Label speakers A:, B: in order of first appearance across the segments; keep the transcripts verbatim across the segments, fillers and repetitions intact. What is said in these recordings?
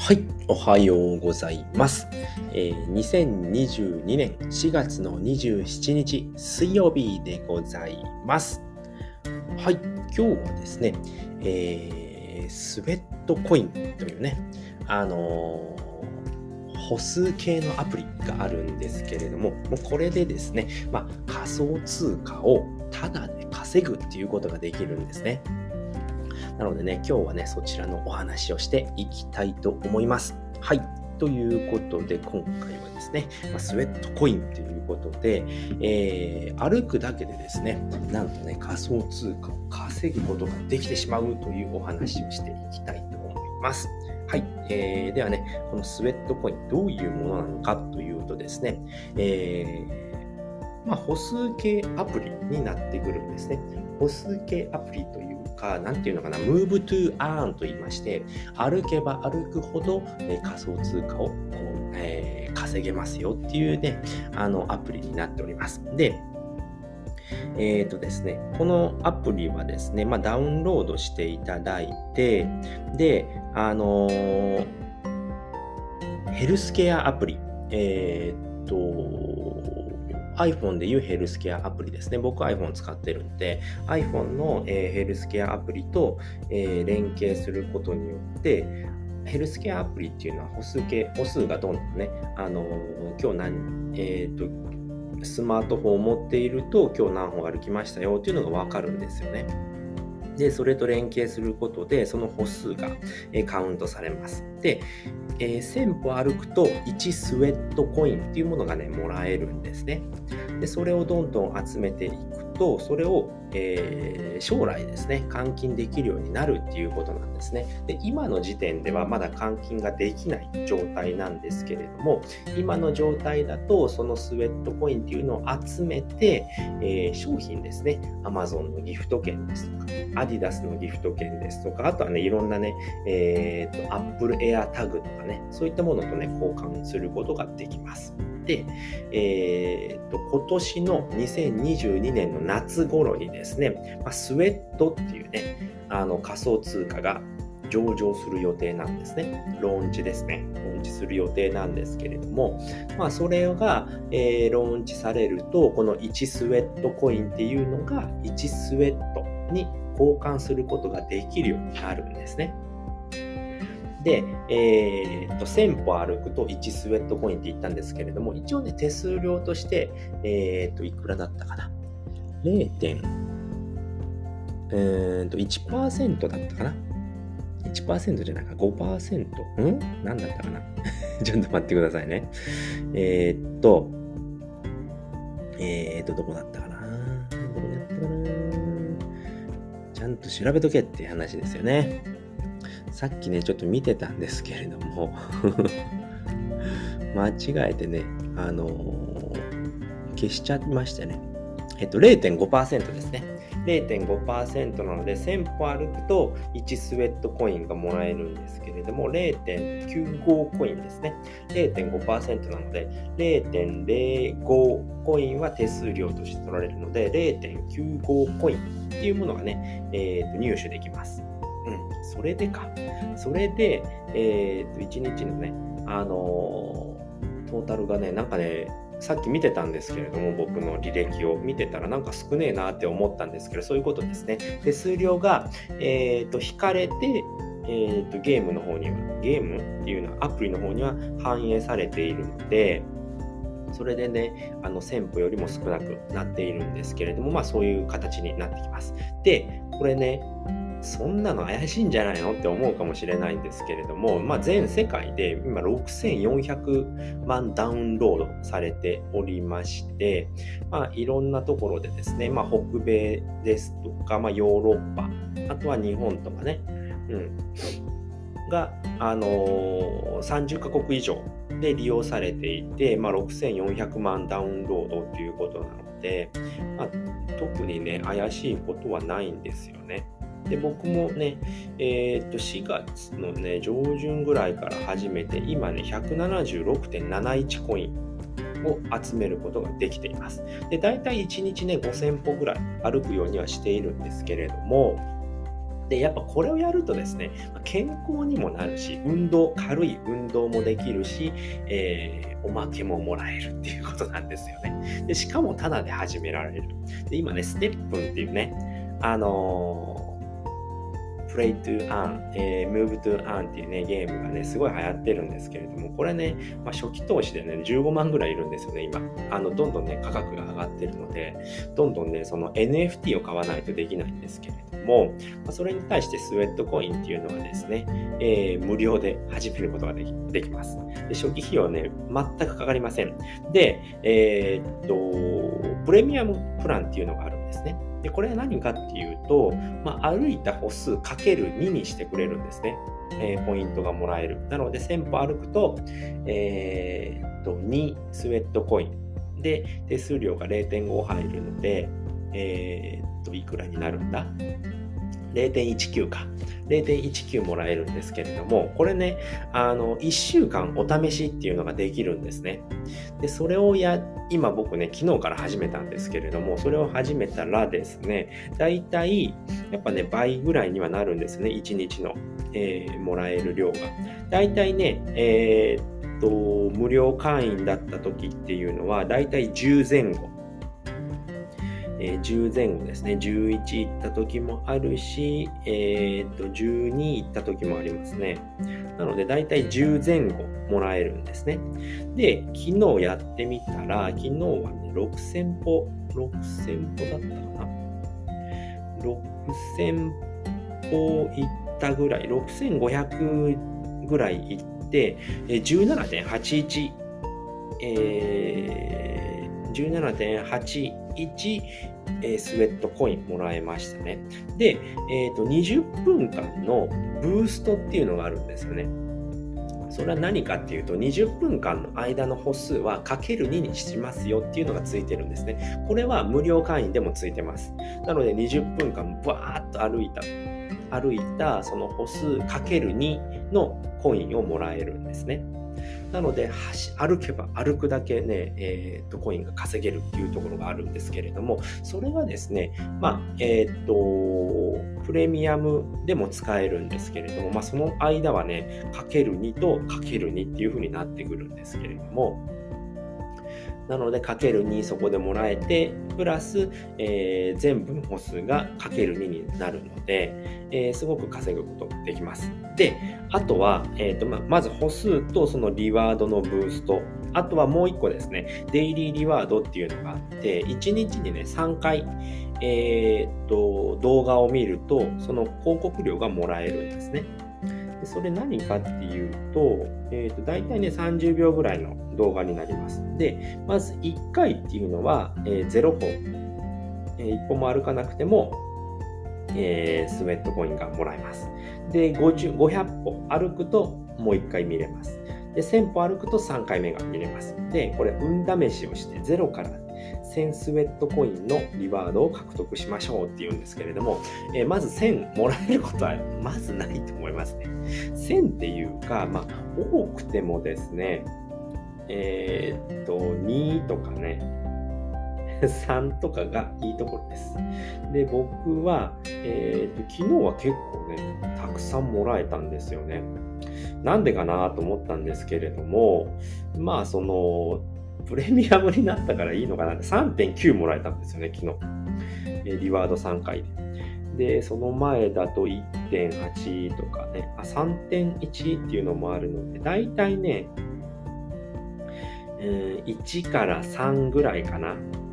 A: はい、おはようございます。えー、にせんにじゅうにねんしがつのにじゅうしちにち水曜日でございます。はい、今日はですね、えー、スウェットコインというね、あのー歩数計のアプリがあるんですけれども、もうこれでですね、まあ、仮想通貨をタダで稼ぐっていうことができるんですね。なのでね、今日はね、そちらのお話をしていきたいと思います。はい。ということで、今回はですね、まあ、スウェットコインということで、えー、歩くだけでですね、なんとね、仮想通貨を稼ぐことができてしまうというお話をしていきたいと思います。はい。えー、ではね、このスウェットコイン、どういうものなのかというとですね、えー、まあ、歩数計アプリになってくるんですね。歩数計アプリというか、なんていうのかな、Move to Earn と言いまして、歩けば歩くほど、えー、仮想通貨をこう、えー、稼げますよっていうね、あのアプリになっております。で、えーとですね、このアプリはですね、まあ、ダウンロードしていただいて、で、あのーヘルスケアアプリ、えーっと、iPhone でいうヘルスケアアプリですね。僕 iPhone 使ってるんで、iPhone の、えーヘルスケアアプリと、えー連携することによって、ヘルスケアアプリっていうのは歩数計、歩数がどんどんね、あのー今日何、えーっと、スマートフォンを持っていると、今日何歩歩きましたよっていうのがわかるんですよね。で、それと連携することで、その歩数が、えーカウントされます。で、えーせんぽ歩くといちスウェットコインっていうものがね、もらえるんですね。で、それをどんどん集めていくと、それを、えー将来ですね、換金できるようになるっていうことなんですね。で、今の時点ではまだ換金ができない状態なんですけれども、今の状態だと、そのスウェットコインっていうのを集めて、えー商品ですね、Amazon のギフト券ですとか、Adidas のギフト券ですとか、あとはね、いろんなね、えーと、Apple AirTag とかね、そういったものとね、交換することができます。で、えーと、今年のにせんにじゅうにねんの夏頃にですね、まあ、スウェットっていうね、あの仮想通貨が上場する予定なんですね。ローンチですね。ローンチする予定なんですけれども、まあ、それが、えーローンチされると、このいちスウェットコインっていうのがいちスウェットに交換することができるようになるんですね。で、えー、とせんぽ歩くといちスウェットコインって言ったんですけれども、一応ね、手数料として、えー、といくらだったかな ?れい. えー、と いちパーセント だったかな ?いちパーセント じゃないか ごパーセント? ん何だったかなちょっと待ってくださいね。えー、っと、えー、っと、どこだったかなどこだったかなちゃんと調べとけっていう話ですよね。さっきね、ちょっと見てたんですけれども、間違えてね、あのー消しちゃいましたね。えっと、れいてんごパーセント ですね。れいてんごパーセント なので、せんぽ歩くといちスウェットコインがもらえるんですけれども、れいてんきゅうごコインですね。れいてんごパーセント なので、れいてんれいごコインは手数料として取られるので、れいてんきゅうごコインっていうものがね、えーと入手できます。うん、それでか。それで、えーと、いちにちのね、あのートータルがね、なんかね、さっき見てたんですけれども、僕の履歴を見てたらなんか少ねえなって思ったんですけど、そういうことですね。手数料が、えーと、引かれて、えーと、ゲームの方には、ゲームっていうのはアプリの方には反映されているので、それでね、あの、せんぽよりも少なくなっているんですけれども、まあそういう形になってきます。で、これね、そんなの怪しいんじゃないのって思うかもしれないんですけれども、まあ、全世界で今ろくせんよんひゃくまんダウンロードされておりまして、まあ、いろんなところでですね、まあ、北米ですとか、まあ、ヨーロッパ、あとは日本とかね、うん、が、あのー、さんじゅっかこく以上で利用されていて、まあ、ろくせんよんひゃくまんダウンロードということなので、まあ、特にね、怪しいことはないんですよね。で、僕もね、えー、としがつのね、上旬ぐらいから始めて、今ね、ひゃくななじゅうろくてんなないちコインを集めることができています。で、だいたいいちにちね、ごせんぽぐらい歩くようにはしているんですけれども、 で、やっぱこれをやるとですね、健康にもなるし、運動、軽い運動もできるし、えー、おまけももらえるっていうことなんですよね。で、しかもタダで始められる。で、今ね、ステップンっていうね、あのープレイトゥーアン、えー、ムーブトゥーアンっていうね、ゲームがね、すごい流行ってるんですけれども、これね、まあ、初期投資でね、じゅうごまんぐらいいるんですよね、今。あの、どんどんね、価格が上がってるので、どんどんね、その エヌエフティー を買わないとできないんですけれども、まあ、それに対してスウェットコインっていうのはですね、えー、無料で始めることができ、できます。で、初期費用ね、全くかかりません。で、えー、っと、プレミアムプランっていうのがあるんですね。で、これは何かっていうと、まあ、歩いた歩数 かけるに にしてくれるんですね。えー、ポイントがもらえる。なので、せん歩歩くと、えー、っと、にスウェットコイン。で、手数料が れいてんご 入るので、えー、っと、いくらになるんだ ?れいてんいちきゅう か。れいてんいちきゅう もらえるんですけれども、これね、あの、いっしゅうかんお試しっていうのができるんですね。で、それをや、今僕ね、昨日から始めたんですけれども、それを始めたらですね、だいたい、やっぱね、倍ぐらいにはなるんですね、いちにちの、えー、もらえる量が。だいたいね、えー、っと、無料会員だった時っていうのは、だいたいじゅうぜん後。えー、じゅうぜん後ですね。じゅういち行った時もあるし、えー、っと、じゅうに行った時もありますね。なので、だいたいじゅうぜん後もらえるんですね。で、昨日やってみたら、昨日はね、ろくせん歩、ろくせん歩だったかな。ろくせん歩行ったぐらい、ろくせんごひゃくぐらい行って、じゅうななてんはちいち、えー、じゅうななてんはちいち、えー、スウェットコインもらえましたね。で、えーと、にじゅっぷんかんのブーストっていうのがあるんですよね。それは何かっていうと、にじゅっぷんかんの間の歩数は かけるに にしますよっていうのがついてるんですね。これは無料会員でもついてます。なのでにじゅっぷんかんバーッと歩いた、歩いたその歩数 かけるに のコインをもらえるんですね。なので、歩けば歩くだけね、えー、とコインが稼げるっていうところがあるんですけれども、それがですね、まあ、えっ、ー、と、プレミアムでも使えるんですけれども、まあ、その間はね、かけるに とかけるにっていう風になってくるんですけれども、なので、かけるにそこでもらえて、プラス、えー、全部の歩数がかけるにになるので、えー、すごく稼ぐことができます。で、あとは、えーとま、まず歩数とそのリワードのブースト、あとはもう一個ですね、デイリーリワードっていうのがあって、いちにちにね、さんかい、えーと、動画を見ると、その広告料がもらえるんですね。でそれ何かっていうと、えーと、大体ね、さんじゅうびょうぐらいの動画になります。で、まずいっかいっていうのは、えー、ゼロ歩、えー、いっぽも歩かなくても、えー、スウェットコインがもらえます。で、ごじゅう、ごひゃっ歩歩くともういっかい見れます。で、せん歩歩くとさんかいめが見れます。で、これ、運試しをしてゼロからせんスウェットコインのリワードを獲得しましょうっていうんですけれども、えー、まずせんもらえることはまずないと思いますね。せんっていうか、まあ、多くてもですね、えー、っと、にとかね、さんとかがいいところです。で、僕は、えー、と昨日は結構ね、たくさんもらえたんですよね。なんでかなと思ったんですけれども、まあ、その、プレミアムになったからいいのかなって さんてんきゅう もらえたんですよね、昨日。えー、リワードさんかいで。で、その前だと いってんはち とかね、あ さんてんいち っていうのもあるので、だいたいね、えー、いちからさんぐらいかな。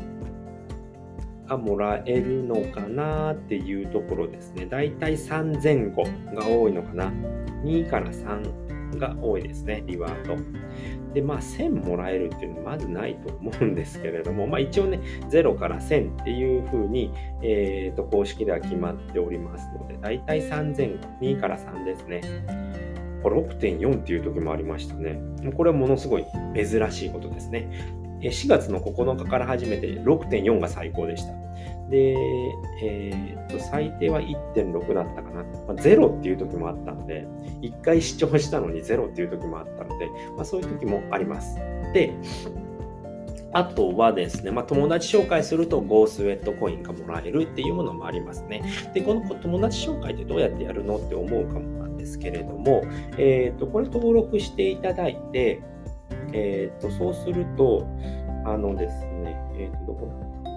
A: がもらえるのかなっていうところですね。だいたいさんぜん後が多いのかな。にからさんが多いですね、リワード。で、まあせんもらえるっていうのはまずないと思うんですけれども、まあ一応ね、ゼロからせんっていう風に、えーと、公式では決まっておりますので、だいたいさんぜん後、にからさんですね。ろくてんよん っていう時もありましたね。これはものすごい珍しいことですね。しがつのここのかから始めて ろくてんよん が最高でした。で、えー、っと、最低は いってんろく だったかな。まあ、ゼロっていう時もあったので、いっかい視聴したのにゼロっていう時もあったので、まあ、そういう時もあります。で、 あとはですね、まあ、友達紹介すると Go スウェットコインがもらえるっていうものもありますね。で、この友達紹介ってどうやってやるのって思うかもなんですけれども、えっと、これ登録していただいて、えっと、そうすると、あのですね、えっと、どこ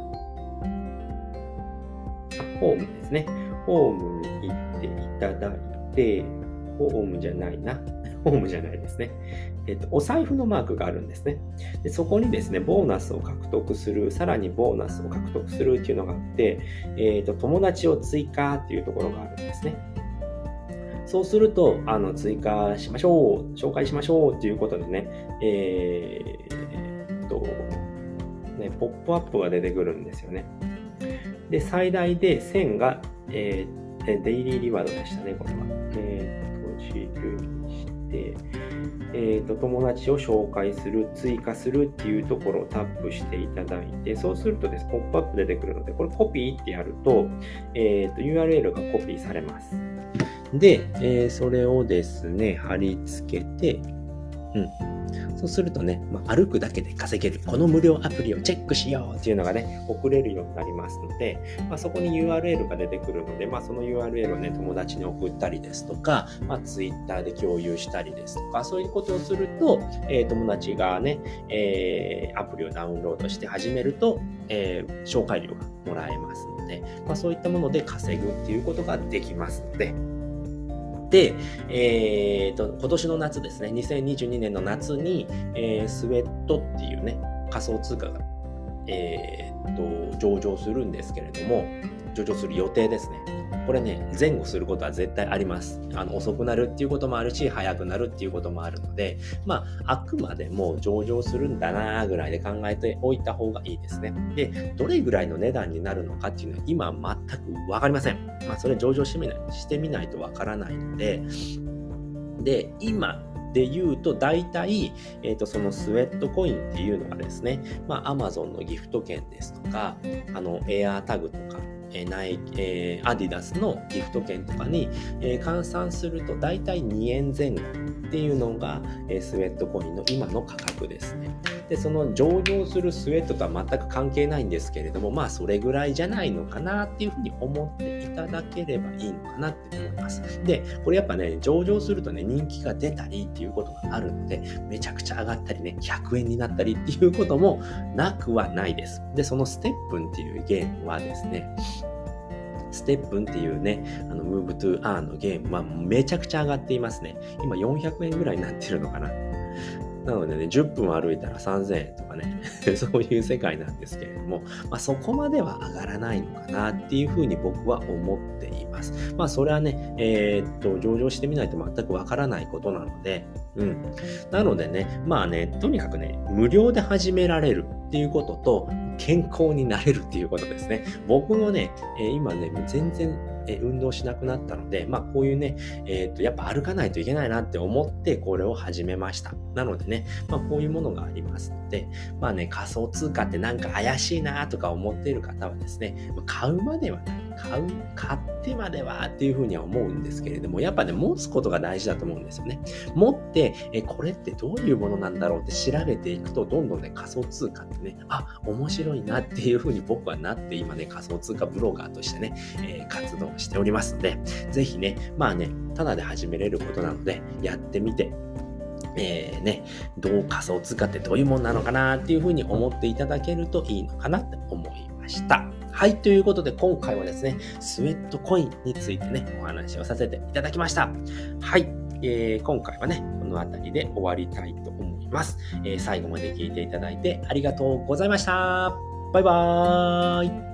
A: だったホームですね。ホームに行っていただいて、ホームじゃないな。ホームじゃないですね。えっと、お財布のマークがあるんですね。で、そこにですね、ボーナスを獲得する、さらにボーナスを獲得するっていうのがあって、えっと、友達を追加っていうところがあるんですね。そうすると、あの、追加しましょう、紹介しましょうっていうことでね、えー、っと、ね、ポップアップが出てくるんですよね。で、最大でせんが、えー、デイリーリワードでしたね、これは。えー、閉じるにして、えーと、友達を紹介する、追加するっていうところをタップしていただいて、そうするとです、ポップアップ出てくるので、これコピーってやると、えーと、ユーアールエル がコピーされます。で、えー、それをですね、貼り付けて、うん。そうするとね、まあ、歩くだけで稼げる、この無料アプリをチェックしようっていうのがね、送れるようになりますので、まあ、そこに ユーアールエル が出てくるので、まあ、その ユーアールエル をね、友達に送ったりですとか、まあ、Twitter で共有したりですとか、そういうことをすると、えー、友達がね、えー、アプリをダウンロードして始めると、えー、紹介料がもらえますので、まあ、そういったもので稼ぐっていうことができますので、で、えーと、今年の夏ですね、にせんにじゅうにねんの夏に、えー、スウェットっていうね、仮想通貨が、えーと、上場するんですけれども、上場する予定ですね。これね、前後することは絶対あります。あの遅くなるっていうこともあるし、早くなるっていうこともあるので、まあ、あくまでも上場するんだなぐらいで考えておいた方がいいですね。で、どれぐらいの値段になるのかっていうのは今全くわかりません。まあ、それ上場してみない、してみないとわからないので、で、今、で言うと、大体、えっと、そのスウェットコインっていうのがですね、まあ、Amazon のギフト券ですとか、あの、エアータグとか、えー、ナイえー、アディダスのギフト券とかに、えー、換算すると大体にえんぜん後っていうのが、えー、スウェットコインの今の価格ですね。で、その上場するスウェットとは全く関係ないんですけれども、まあそれぐらいじゃないのかなっていうふうに思っていただければいいのかなって思います。で、これやっぱね、上場するとね、人気が出たりっていうことがあるので、めちゃくちゃ上がったりね、ひゃくえんになったりっていうこともなくはないです。で、そのステップンっていうゲームはですね、ステップンっていうね、あの、Move to Earn のゲームはめちゃくちゃ上がっていますね。今よんひゃくえんぐらいになってるのかな。なのでね、じゅっぷん歩いたらさんぜんえんとかね、そういう世界なんですけれども、まあ、そこまでは上がらないのかなっていうふうに僕は思っています。まあ、それはね、えー、っと、上場してみないと全くわからないことなので、うん。なのでね、まあね、とにかくね、無料で始められるっていうことと、健康になれるっていうことですね。僕もね、えー、今ね、全然、えー、運動しなくなったので、まあこういうね、えー、っと、やっぱ歩かないといけないなって思ってこれを始めました。なのでね、まあこういうものがありますので、まあね、仮想通貨ってなんか怪しいなとか思っている方はですね、買うまではない。買う、買ってまではっていうふうには思うんですけれども、やっぱね、持つことが大事だと思うんですよね。持って、え、これってどういうものなんだろうって調べていくと、どんどんね、仮想通貨ってね、あ、面白いなっていうふうに僕はなって、今ね、仮想通貨ブロガーとしてね、えー、活動しておりますので、ぜひね、まあね、ただで始めれることなので、やってみて、えー、ね、どう仮想通貨ってどういうものなのかなっていうふうに思っていただけるといいのかなって思いました。はい、ということで今回はですね、スウェットコインについてね、お話をさせていただきました。はい、えー、今回はね、この辺りで終わりたいと思います。えー、最後まで聞いていただいてありがとうございました。バイバーイ。